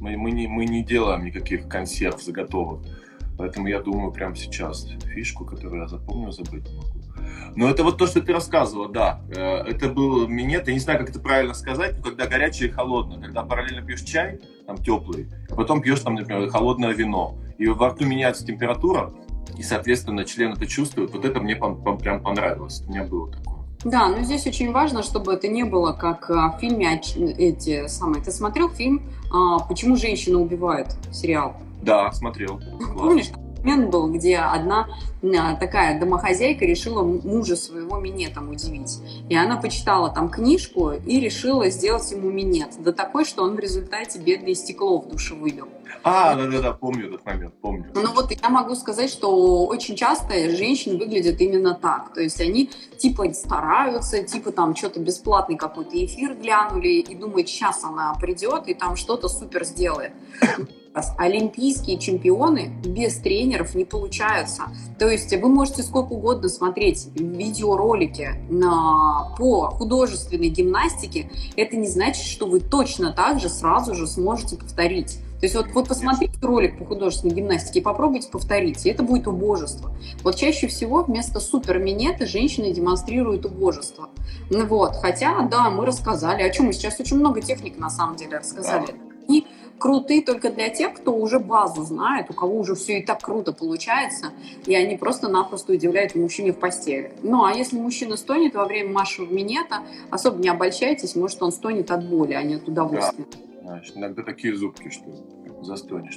Мы, мы, не, мы не делаем никаких консерв заготовок. Поэтому я думаю прямо сейчас фишку, которую я запомню, забыть не могу. Но это вот то, что ты рассказывала, да. Это был минет, я не знаю, как это правильно сказать, но когда горячее и холодное. Когда параллельно пьешь чай, там теплый, а потом пьешь, там, например, холодное вино. И во рту меняется температура, и, соответственно, член это чувствует. Вот это мне прям понравилось. У меня было такое. Да, но здесь очень важно, чтобы это не было как в фильме эти самые. Ты смотрел фильм «Почему женщины убивают» сериал? Да, смотрел. Помнишь, момент был, где одна такая домохозяйка решила мужа своего минетом удивить. И она почитала там книжку и решила сделать ему минет. Да такой, что он в результате бедное стекло в душе выбил. А, да-да-да, помню этот момент, помню. Ну вот я могу сказать, что очень часто женщины выглядят именно так. То есть они типа стараются, типа там что-то бесплатный какой-то эфир глянули и думают, сейчас она придет и там что-то супер сделает. Олимпийские чемпионы без тренеров не получаются. То есть вы можете сколько угодно смотреть видеоролики на, по художественной гимнастике. Это не значит, что вы точно так же сразу же сможете повторить. То есть вот, вот посмотрите ролик по художественной гимнастике и попробуйте повторить, и это будет убожество. Вот чаще всего вместо суперминета женщины демонстрируют убожество. Ну вот, хотя, да, мы рассказали, о чем мы сейчас очень много техник на самом деле рассказали. Да. И круты только для тех, кто уже базу знает, у кого уже все и так круто получается, и они просто-напросто удивляют мужчине в постели. Ну, а если мужчина стонет во время вашего минета, особо не обольщайтесь, может, он стонет от боли, а не от удовольствия. Да. Знаешь, иногда такие зубки, что застонешь.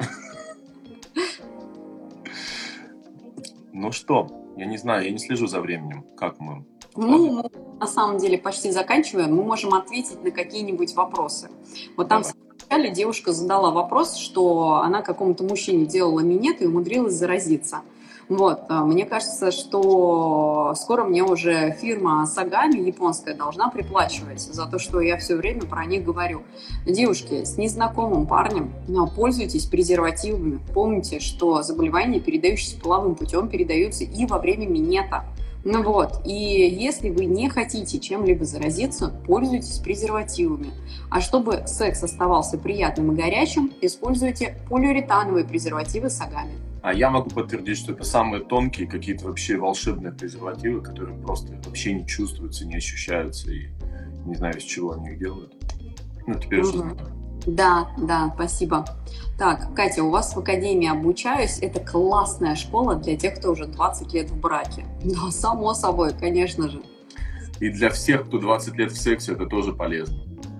Ну что, я не знаю, я не слежу за временем. Как мы? Ну, мы на самом деле почти заканчиваем. Мы можем ответить на какие-нибудь вопросы. Вот там... Вначале девушка задала вопрос, что она какому-то мужчине делала минет и умудрилась заразиться. Вот. Мне кажется, что скоро мне уже фирма Сагами японская должна приплачивать за то, что я все время про них говорю. Девушки, с незнакомым парнем пользуйтесь презервативами. Помните, что заболевания, передающиеся половым путем, передаются и во время минета. Ну вот, и если вы не хотите чем-либо заразиться, пользуйтесь презервативами. А чтобы секс оставался приятным и горячим, используйте полиуретановые презервативы Сагами. А я могу подтвердить, что это самые тонкие, какие-то вообще волшебные презервативы, которые просто вообще не чувствуются, не ощущаются, и не знаю, из чего они их делают. Ну, теперь уже знаю. Да, да, спасибо. Так, Катя, у вас в Академии обучаюсь. Это классная школа для тех, кто уже двадцать лет в браке. Да, само собой, конечно же. И для всех, кто двадцать лет в сексе, это тоже полезно.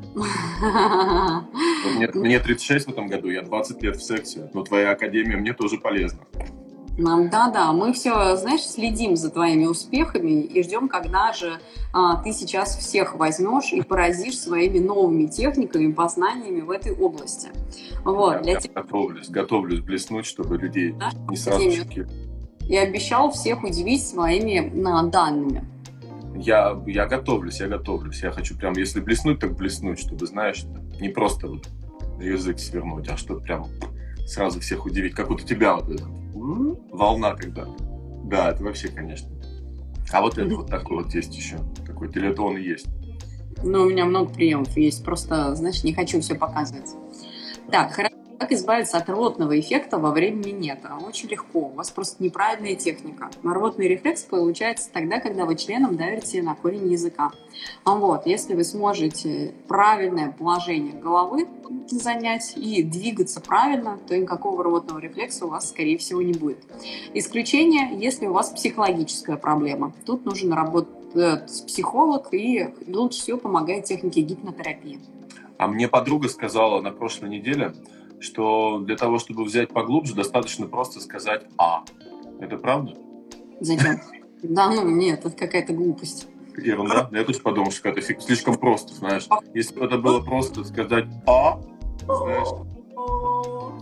Мне, мне тридцать шесть в этом году, я двадцать лет в сексе, но твоя Академия мне тоже полезна. Да-да, мы все, знаешь, следим за твоими успехами и ждем, когда же а, ты сейчас всех возьмешь и поразишь своими новыми техниками, познаниями в этой области. Вот, я для я тех... готовлюсь, готовлюсь блеснуть, чтобы людей Да, не сразу шокировать. И обещал всех удивить своими а, данными. Я, я готовлюсь, я готовлюсь. Я хочу прям, если блеснуть, так блеснуть, чтобы, знаешь, не просто вот язык свернуть, а чтобы прям сразу всех удивить. Как вот у тебя вот эта волна когда. Да, это вообще, конечно. А вот это вот такой вот есть еще. Такой телетон есть. Ну, у меня много приемов есть. Просто, знаешь, не хочу все показывать. Так, хорошо. Как избавиться от рвотного эффекта во время минета? Очень легко. У вас просто неправильная техника. Рвотный рефлекс получается тогда, когда вы членом давите на корень языка. А вот, если вы сможете правильное положение головы занять и двигаться правильно, то никакого рвотного рефлекса у вас, скорее всего, не будет. Исключение, если у вас психологическая проблема. Тут нужен работать психолог, и лучше всего помогает техники гипнотерапии. А мне подруга сказала на прошлой неделе, что для того, чтобы взять поглубже, достаточно просто сказать «а». Это правда? Зачем? Да ну, нет, это какая-то глупость. Ерунда. Я тоже подумал, что это фиг. Слишком просто, знаешь. Если бы это было просто сказать «а», знаешь,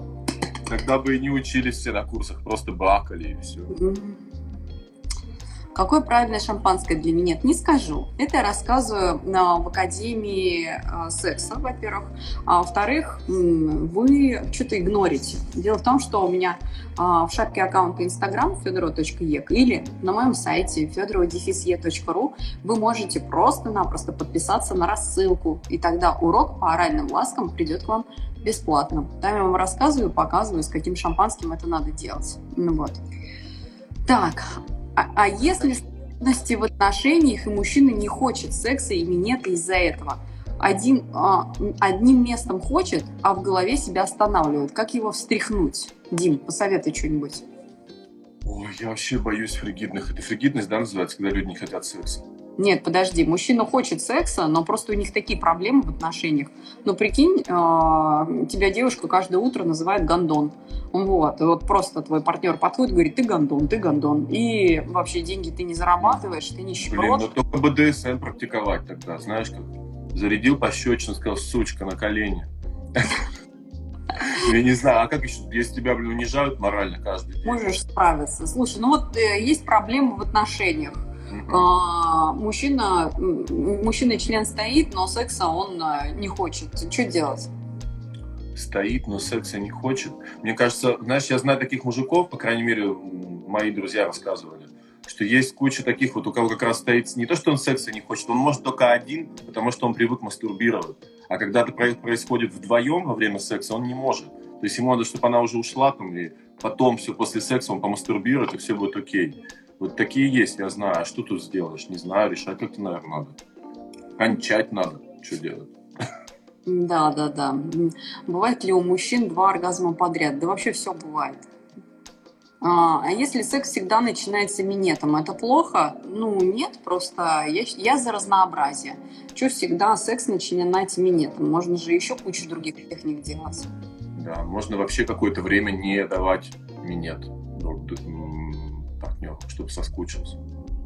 тогда бы и не учились все на курсах, просто бакали и все. Какое правильное шампанское для минет? Не скажу. Это я рассказываю а, в Академии а, секса, во-первых. А во-вторых, м, вы что-то игнорите. Дело в том, что у меня а, в шапке аккаунта Instagram федорова точка ек или на моем сайте федорова дефис е точка ру вы можете просто-напросто подписаться на рассылку, и тогда урок по оральным ласкам придет к вам бесплатно. Там я вам рассказываю, показываю, с каким шампанским это надо делать. Ну вот. Так, а, а если сложности в отношениях, и мужчина не хочет секса и минета из-за этого? Один, а, одним местом хочет, а в голове себя останавливает. Как его встряхнуть? Дим, посоветуй что-нибудь. Ой, я вообще боюсь фригидных. Это фригидность, да, называется, когда люди не хотят секса? Нет, подожди, мужчина хочет секса, но просто у них такие проблемы в отношениях. Ну, прикинь, э, тебя девушка каждое утро называет гондон. Вот, и вот просто твой партнер подходит и говорит, ты гондон, ты гондон. И вообще деньги ты не зарабатываешь, ты нищеброд. Блин, ну только бэ дэ эс эм практиковать тогда, знаешь, как зарядил пощечину, сказал, сучка, на колени. Я не знаю, а как еще, если тебя, блин, унижают морально каждый день? Можешь справиться. Слушай, ну вот есть проблемы в отношениях. Угу. А, мужчина, мужчина член стоит, но секса он не хочет. Что делать? Стоит, но секса не хочет. Мне кажется, знаешь, я знаю таких мужиков, по крайней мере, мои друзья рассказывали, что есть куча таких вот, у кого как раз стоит не то, что он секса не хочет, он может только один, потому что он привык мастурбировать. А когда это происходит вдвоем во время секса, он не может. То есть ему надо, чтобы она уже ушла, там, и потом все после секса он помастурбирует, и все будет окей. Вот такие есть, я знаю. А что тут сделаешь? Не знаю, решать как-то, наверное, надо. Кончать надо. Что делать? Да, да, да. Бывает ли у мужчин два оргазма подряд? Да вообще все бывает. А, а если секс всегда начинается минетом, это плохо? Ну, нет, просто я, я за разнообразие. Что всегда секс начинается минетом? Можно же еще кучу других техник делать. Да, можно вообще какое-то время не давать минет партнеру, чтобы соскучился.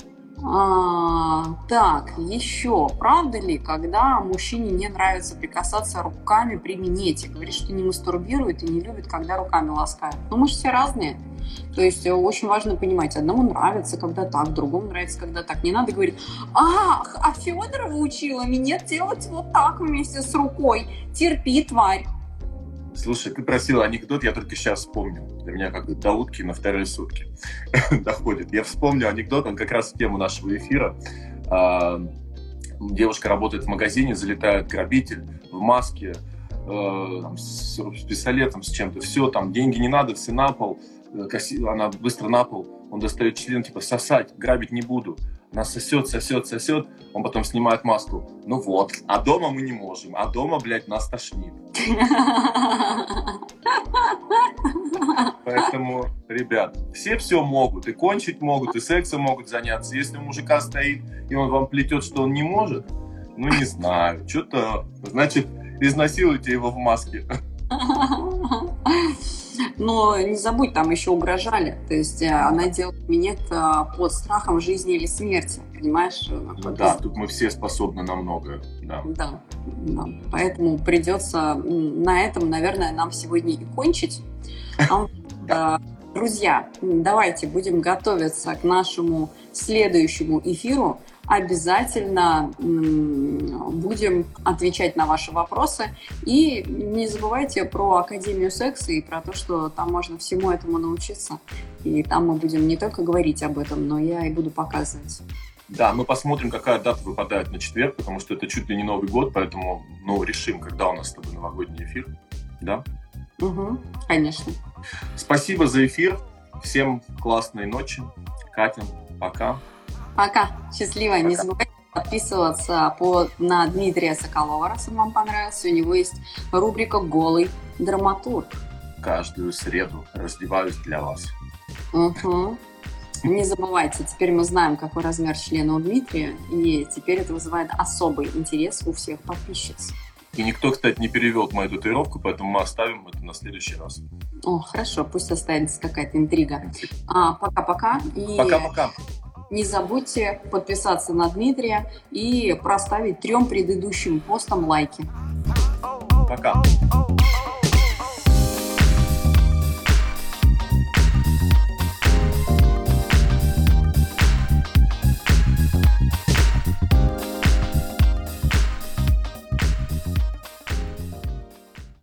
А, так, еще. Правда ли, когда мужчине не нравится прикасаться руками при минете? Говорит, что не мастурбирует и не любит, когда руками ласкают. Ну, мы же все разные. То есть очень важно понимать, одному нравится, когда так, другому нравится, когда так. Не надо говорить, ах, а Федорова учила минет делать вот так вместе с рукой. Терпи, тварь. Слушай, ты просила анекдот, я только сейчас вспомнил. Для меня как до утки на вторые сутки доходит. Я вспомнил анекдот, он как раз в тему нашего эфира. Девушка работает в магазине, залетает грабитель в маске, там, с, с пистолетом, с чем-то. Все, там, деньги не надо, все на пол. Она быстро на пол. Он достает член, типа, сосать, грабить не буду. Она сосет, сосет, сосет. Он потом снимает маску. Ну вот, а дома мы не можем. А дома, блядь, нас тошнит. Поэтому, ребят, все все могут. И кончить могут, и сексом могут заняться. Если у мужика стоит, и он вам плетет, что он не может, ну, не знаю. Что-то, значит, изнасилуйте его в маске. Но не забудь, там еще угрожали. То есть она делает минет под страхом жизни или смерти. Понимаешь? Ну, да, тут мы все способны на многое. Да. Да, да. Поэтому придется на этом, наверное, нам сегодня и кончить. Друзья, давайте будем готовиться к нашему следующему эфиру. Обязательно будем отвечать на ваши вопросы. И не забывайте про Академию секса и про то, что там можно всему этому научиться. И там мы будем не только говорить об этом, но я и буду показывать. Да, мы посмотрим, какая дата выпадает на четверг, потому что это чуть ли не Новый год, поэтому ну, решим, когда у нас с тобой новогодний эфир. Да? Угу, конечно. Спасибо за эфир. Всем классной ночи. Катя, пока. Пока. Счастливо. Пока. Не забывайте подписываться по, на Дмитрия Соколова, раз он вам понравился. У него есть рубрика «Голый драматург». Каждую среду раздеваюсь для вас. Угу. Не забывайте, теперь мы знаем, какой размер члена у Дмитрия, и теперь это вызывает особый интерес у всех подписчиц. И никто, кстати, не перевел мою татуировку, поэтому мы оставим это на следующий раз. О, хорошо, пусть останется какая-то интрига. А, пока-пока. И пока-пока. Не забудьте подписаться на Дмитрия и проставить трем предыдущим постам лайки. Пока.